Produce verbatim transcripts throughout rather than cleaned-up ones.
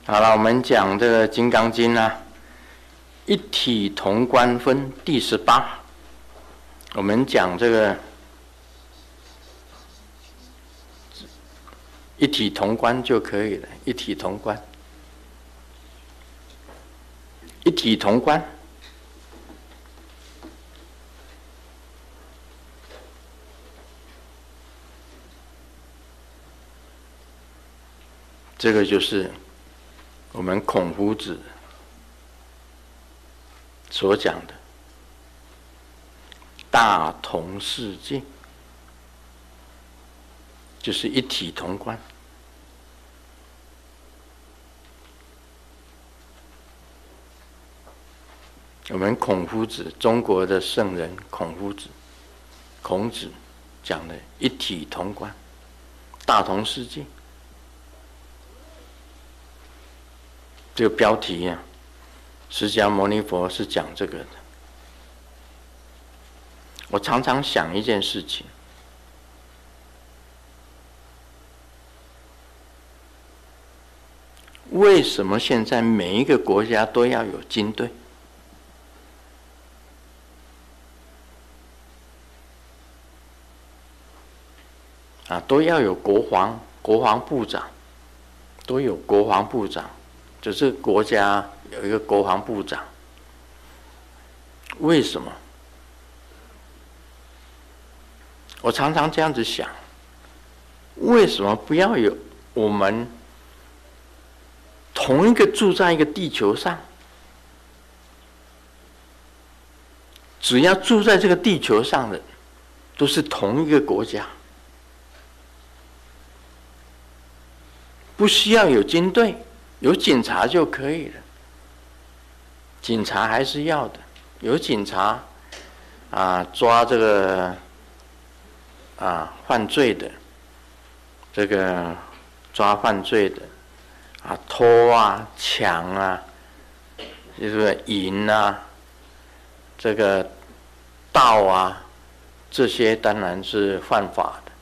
好了，我们讲这个《金刚经》啊，一体同观分第十八。我们讲这个一体同观就可以了，一体同观，一体同观。这个就是我们孔夫子所讲的大同世界，就是一体同观。我们孔夫子，中国的圣人孔夫子，孔子讲的一体同观，大同世界。这个标题啊，释迦牟尼佛是讲这个的。我常常想一件事情，为什么现在每一个国家都要有军队？啊，都要有国防、国防部长，都有国防部长。就是国家有一个国防部长，为什么？我常常这样子想，为什么不要有我们同一个住在一个地球上，只要住在这个地球上的，都是同一个国家，不需要有军队。有警察就可以了，警察还是要的。有警察啊，抓这个啊犯罪的，这个抓犯罪的啊，偷啊、抢啊，就是淫啊，这个盗啊，这些当然是犯法的。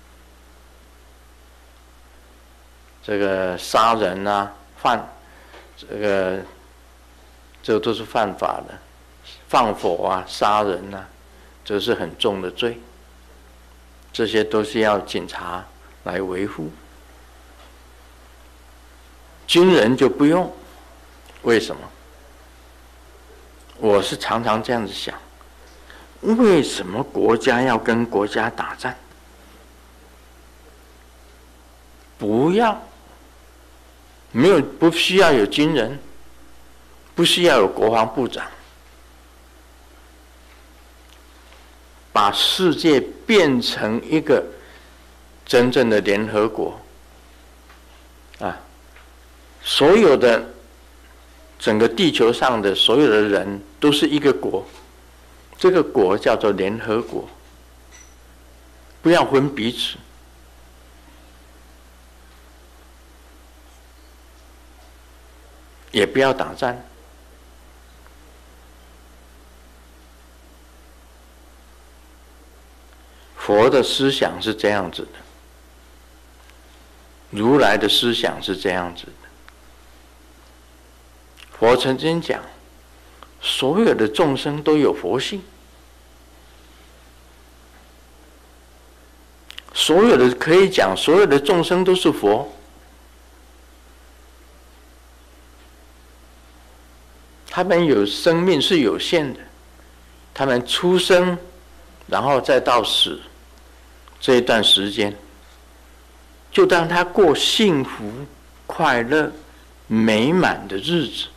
这个杀人啊。犯这个，这都是犯法的，放火啊、杀人啊，这是很重的罪。这些都是要警察来维护，军人就不用。为什么？我是常常这样子想：为什么国家要跟国家打仗？不要。没有，不需要有军人，不需要有国防部长，把世界变成一个真正的联合国啊！所有的整个地球上的所有的人都是一个国，这个国叫做联合国，不要分彼此。也不要打仗。佛的思想是这样子的，如来的思想是这样子的。佛曾经讲，所有的众生都有佛性，所有的可以讲，所有的众生都是佛。他们有生命是有限的，他们出生，然后再到死这一段时间，就让他过幸福、快乐、美满的日子。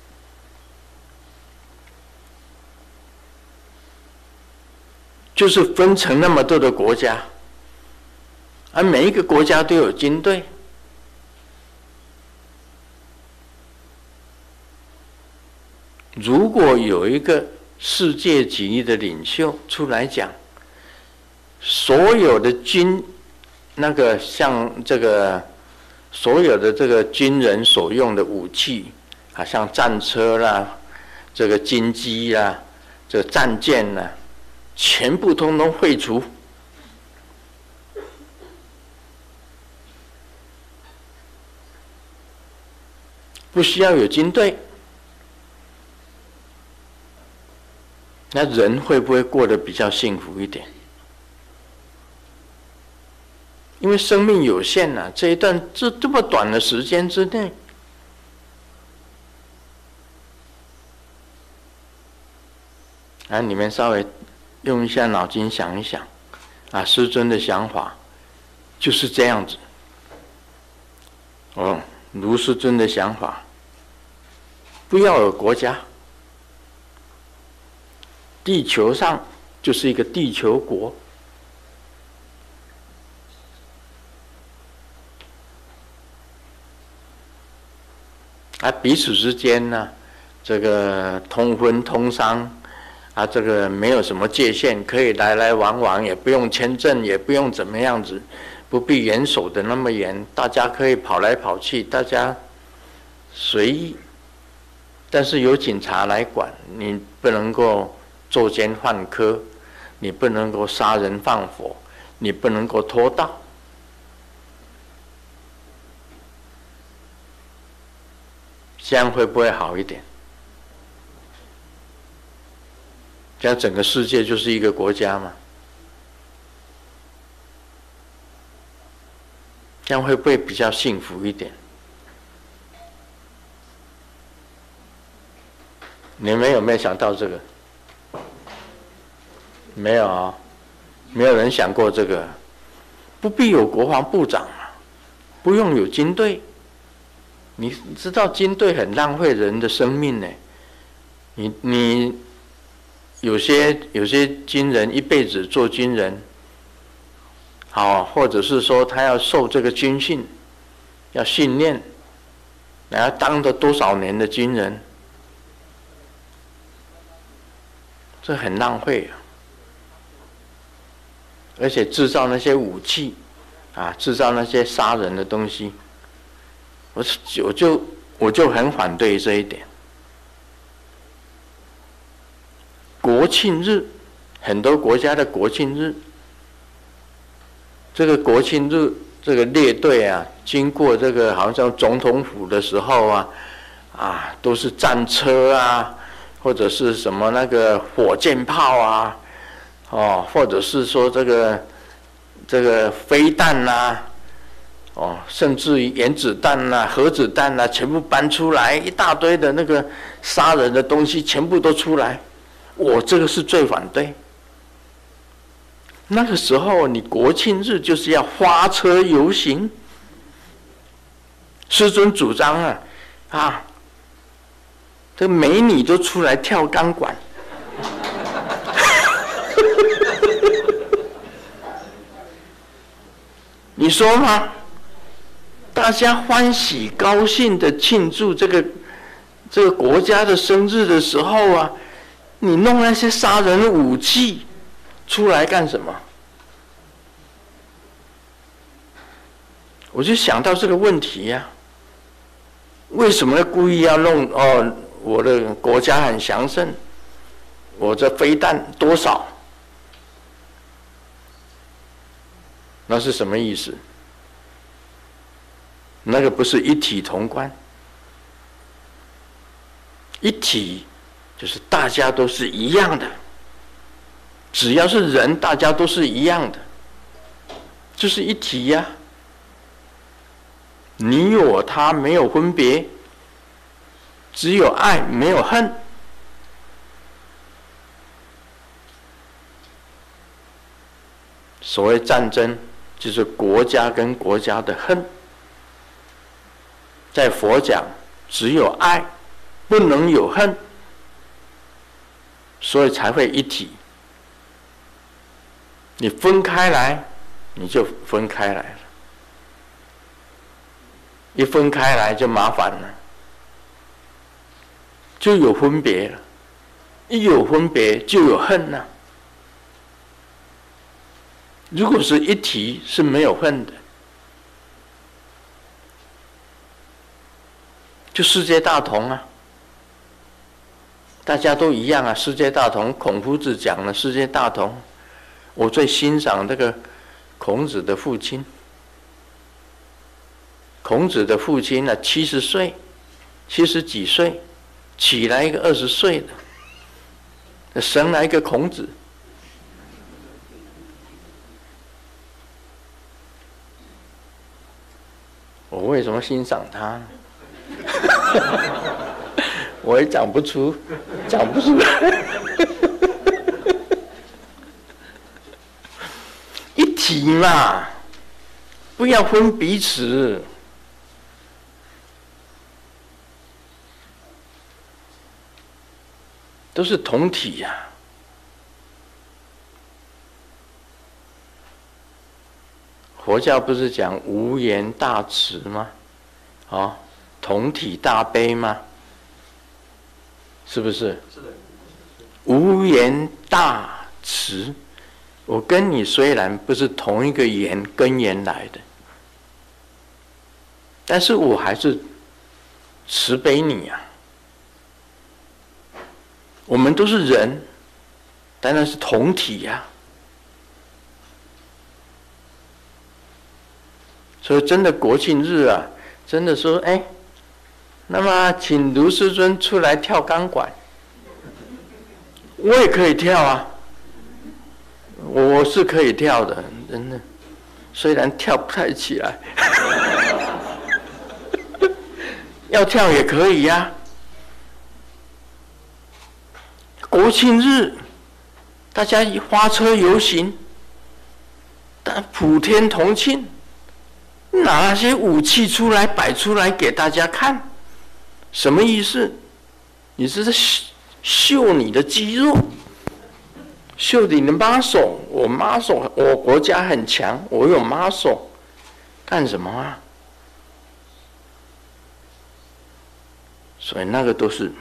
就是分成那么多的国家，而每一个国家都有军队。如果有一个世界级的领袖出来讲，所有的军，那个像这个所有的这个军人所用的武器啊，像战车啦、这个军机啦、这个战舰啦，全部通通废除。 不需要有军队，那人会不会过得比较幸福一点？因为生命有限呐、啊，这一段这这么短的时间之内，啊，你们稍微用一下脑筋想一想，啊，师尊的想法就是这样子。哦，卢师尊的想法，不要有国家，地球上就是一个地球国。啊，彼此之间呢，这个通婚通商，啊，这个没有什么界限，可以来来往往，也不用签证，也不用怎么样子，不必严守的那么严，大家可以跑来跑去，大家随意。但是有警察来管，你不能够作奸犯科，你不能够杀人放火，你不能够偷盗。这样会不会好一点？这样整个世界就是一个国家嘛？这样会不会比较幸福一点？你们有没有想到这个？没有啊，没有人想过这个。不必有国防部长啊，不用有军队。你知道军队很浪费人的生命呢。你你有些有些军人一辈子做军人，好，或者是说他要受这个军训，要训练，然后当了多少年的军人，这很浪费啊。而且制造那些武器，啊，制造那些杀人的东西。我我就我就很反对这一点。国庆日，很多国家的国庆日，这个国庆日这个列队啊，经过这个好像总统府的时候啊，啊，都是战车啊，或者是什么那个火箭炮啊，哦，或者是说这个这个飞弹呐。哦，甚至于原子弹呐、啊、核子弹呐、啊，全部搬出来，一大堆的那个杀人的东西，全部都出来。我这个是最反对。那个时候，你国庆日就是要花车游行，师尊主张啊，啊，这美女都出来跳钢管。你说吗？大家欢喜高兴的庆祝这个这个国家的生日的时候啊，你弄那些杀人武器出来干什么？我就想到这个问题呀、啊，为什么故意要弄？哦，我的国家很强盛，我这飞弹多少？那是什么意思？那个不是一体同观，一体就是大家都是一样的，只要是人，大家都是一样的，就是一体呀、啊。你我他没有分别，只有爱没有恨。所谓战争，就是国家跟国家的恨。在佛讲，只有爱，不能有恨，所以才会一体。你分开来，你就分开来了。一分开来就麻烦了，就有分别了。一有分别，就有恨了。如果是一体，是没有恨的。就世界大同啊，大家都一样啊，世界大同。孔夫子讲了世界大同，我最欣赏这个孔子的父亲。孔子的父亲呢，七十岁七十几岁，起来一个二十岁的，生来一个孔子。我为什么欣赏他？我也讲不出，讲不出来。一体嘛，不要分彼此。都是同体呀、啊。佛教不是讲无言大慈吗？哦，同体大悲吗？是不是？是的。无言大慈，我跟你虽然不是同一个言根源来的，但是我还是慈悲你啊。我们都是人，当然是同体呀、啊。所以真的国庆日啊，真的说，哎，那么请卢师尊出来跳钢管，我也可以跳啊，我是可以跳的，真的，虽然跳不太起来，要跳也可以呀、啊。国庆日，大家花车游行，但普天同庆。拿那些武器出来摆出来给大家看，什么意思？你是在秀你的肌肉，秀你的 muscle。我 muscle， 我国家很强，我有 muscle， 干什么啊？所以那个都是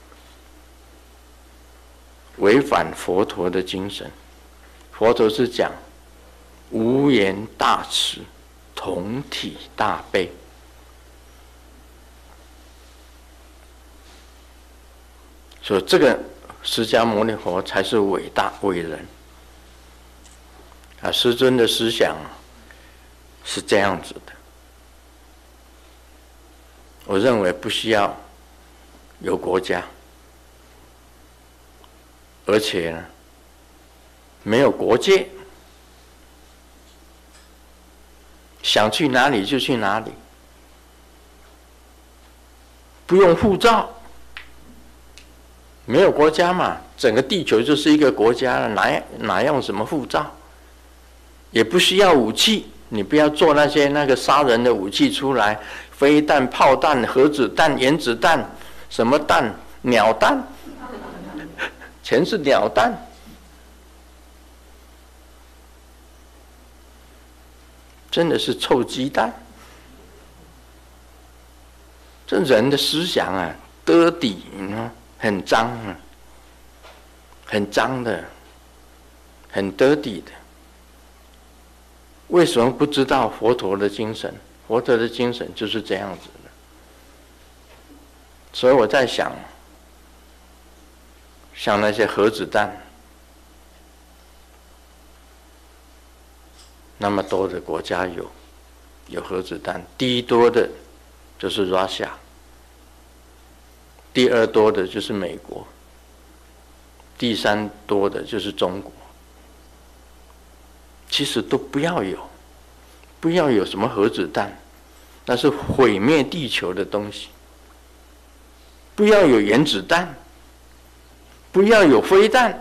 违反佛陀的精神。佛陀是讲无言大慈。同体大悲，所以这个释迦牟尼佛才是伟大伟人啊！师尊的思想是这样子的，我认为不需要有国家，而且呢，没有国界。想去哪里就去哪里，不用护照，没有国家嘛，整个地球就是一个国家了，哪哪用什么护照？也不需要武器，你不要做那些那个杀人的武器出来，飞弹、炮弹、核子弹、原子弹，什么弹？鸟弹，全是鸟弹。真的是臭鸡蛋！这人的思想啊，得底呢，很脏啊，很脏的，很得底的。为什么不知道佛陀的精神？佛陀的精神就是这样子的。所以我在想，像那些核子弹。那么多的国家有有核子弹，第一多的就是 Russia， 第二多的就是美国，第三多的就是中国。其实都不要有，不要有什么核子弹，那是毁灭地球的东西。不要有原子弹，不要有飞弹，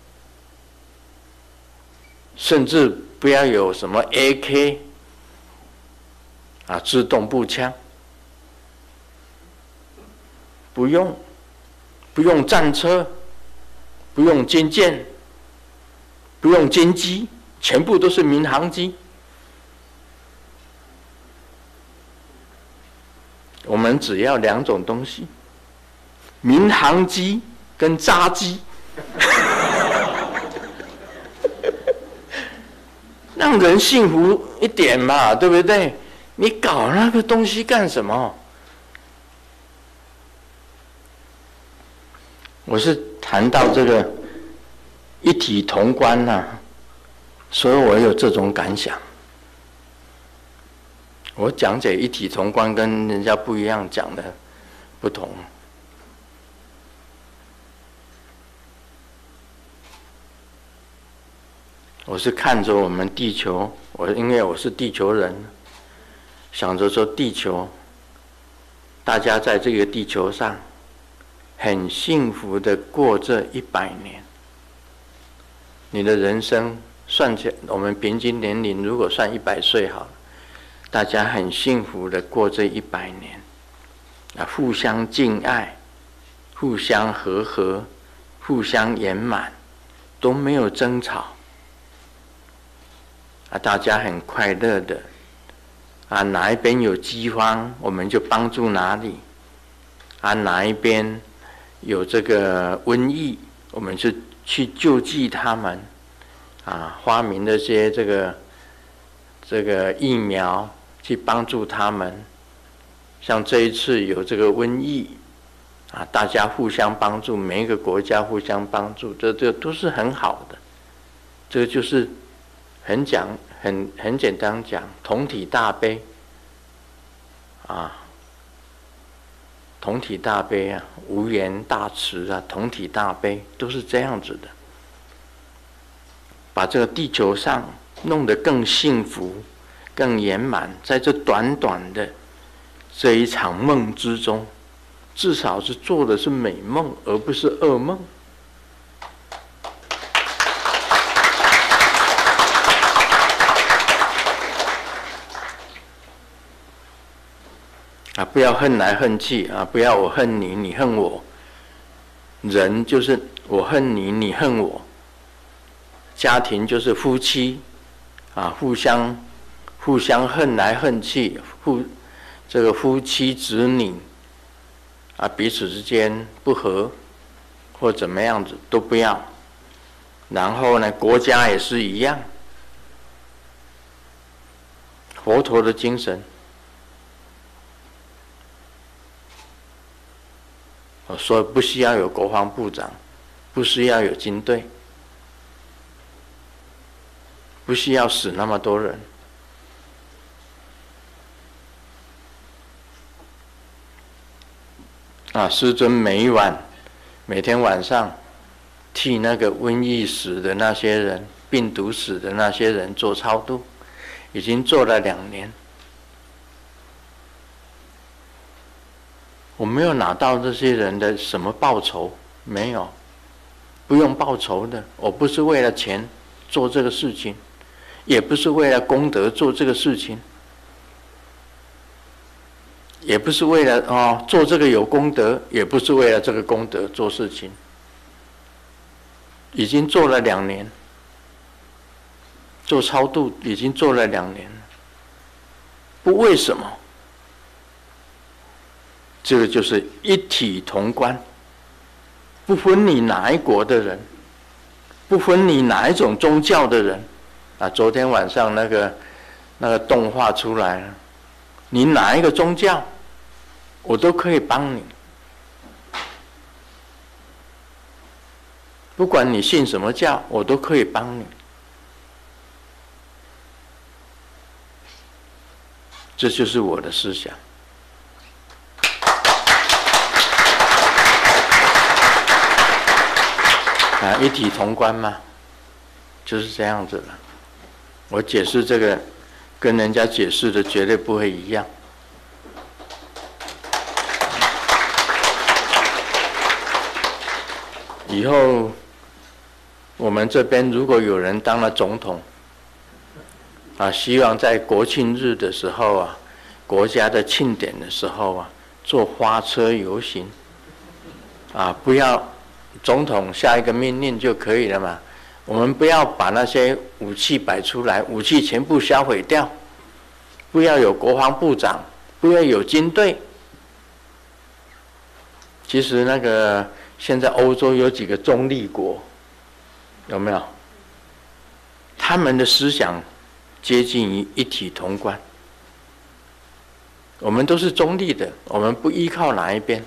甚至不要有什么 A K 啊，自动步枪，不用，不用战车，不用军舰，不用军机，全部都是民航机。我们只要两种东西：民航机跟炸机。让人幸福一点嘛，对不对？你搞那个东西干什么？我是谈到这个一体同观呐、啊，所以我有这种感想。我讲解一体同观跟人家不一样，讲的不同。我是看着我们地球，我因为我是地球人，想着说地球，大家在这个地球上很幸福的过这一百年。你的人生算起来，我们平均年龄如果算一百岁好了，大家很幸福的过这一百年，啊，互相敬爱，互相和合，互相圆满，都没有争吵。啊，大家很快乐的，啊，哪一边有饥荒，我们就帮助哪里；啊，哪一边有这个瘟疫，我们就去救济他们。啊，发明的这些这个这个疫苗，去帮助他们。像这一次有这个瘟疫，啊，大家互相帮助，每一个国家互相帮助，这这都是很好的。这个就是很讲很很简单讲，同体大悲啊，同体大悲啊，无缘大慈啊，同体大悲都是这样子的，把这个地球上弄得更幸福、更圆满，在这短短的这一场梦之中，至少是做的是美梦，而不是噩梦。啊，不要恨来恨去啊！不要我恨你，你恨我。人就是我恨你，你恨我。家庭就是夫妻，啊，互相互相恨来恨去，互这个夫妻子女，啊，彼此之间不和或怎么样子都不要。然后呢，国家也是一样。佛陀的精神。所以不需要有国防部长，不需要有军队，不需要死那么多人。啊，师尊每一晚、每天晚上替那个瘟疫死的那些人、病毒死的那些人做超度，已经做了两年。我没有拿到这些人的什么报酬，没有，不用报酬的。我不是为了钱做这个事情，也不是为了功德做这个事情，也不是为了哦做这个有功德，也不是为了这个功德做事情。已经做了两年，做超度已经做了两年了，不为什么？这个就是一体同观，不分你哪一国的人，不分你哪一种宗教的人。啊，昨天晚上那个那个动画出来了，你哪一个宗教，我都可以帮你，不管你信什么教，我都可以帮你。这就是我的思想。啊，一体同观嘛，就是这样子了。我解释这个，跟人家解释的绝对不会一样。以后我们这边如果有人当了总统，啊，希望在国庆日的时候啊，国家的庆典的时候啊，做花车游行，啊，不要。总统下一个命令就可以了嘛？我们不要把那些武器摆出来，武器全部销毁掉，不要有国防部长，不要有军队。其实那个现在欧洲有几个中立国，有没有？他们的思想接近于一体同观。我们都是中立的，我们不依靠哪一边。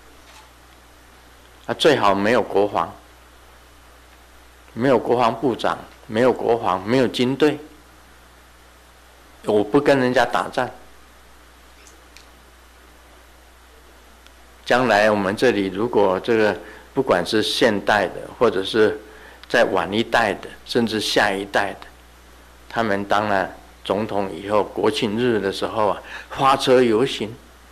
啊，最好没有国防，没有国防部长，没有国防，没有军队。我不跟人家打仗， 将来我们这里如果这个不管是现代的，或者是再晚一代的，甚至下一代的，他们当了总统以后，国庆日的时候啊，花车游行，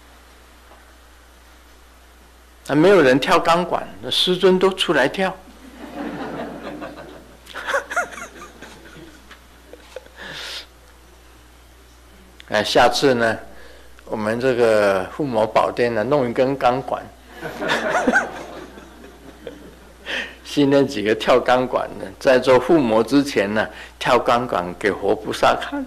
啊，没有人跳钢管，那师尊都出来跳。哎，下次呢，我们这个父母宝殿呢，弄一根钢管，训练几个跳钢管的，在做父母之前呢，跳钢管给活菩萨看。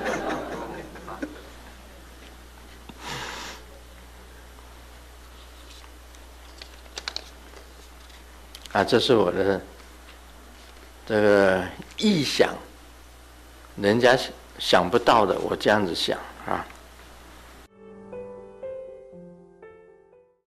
啊，这是我的这个臆想，人家想不到的，我这样子想。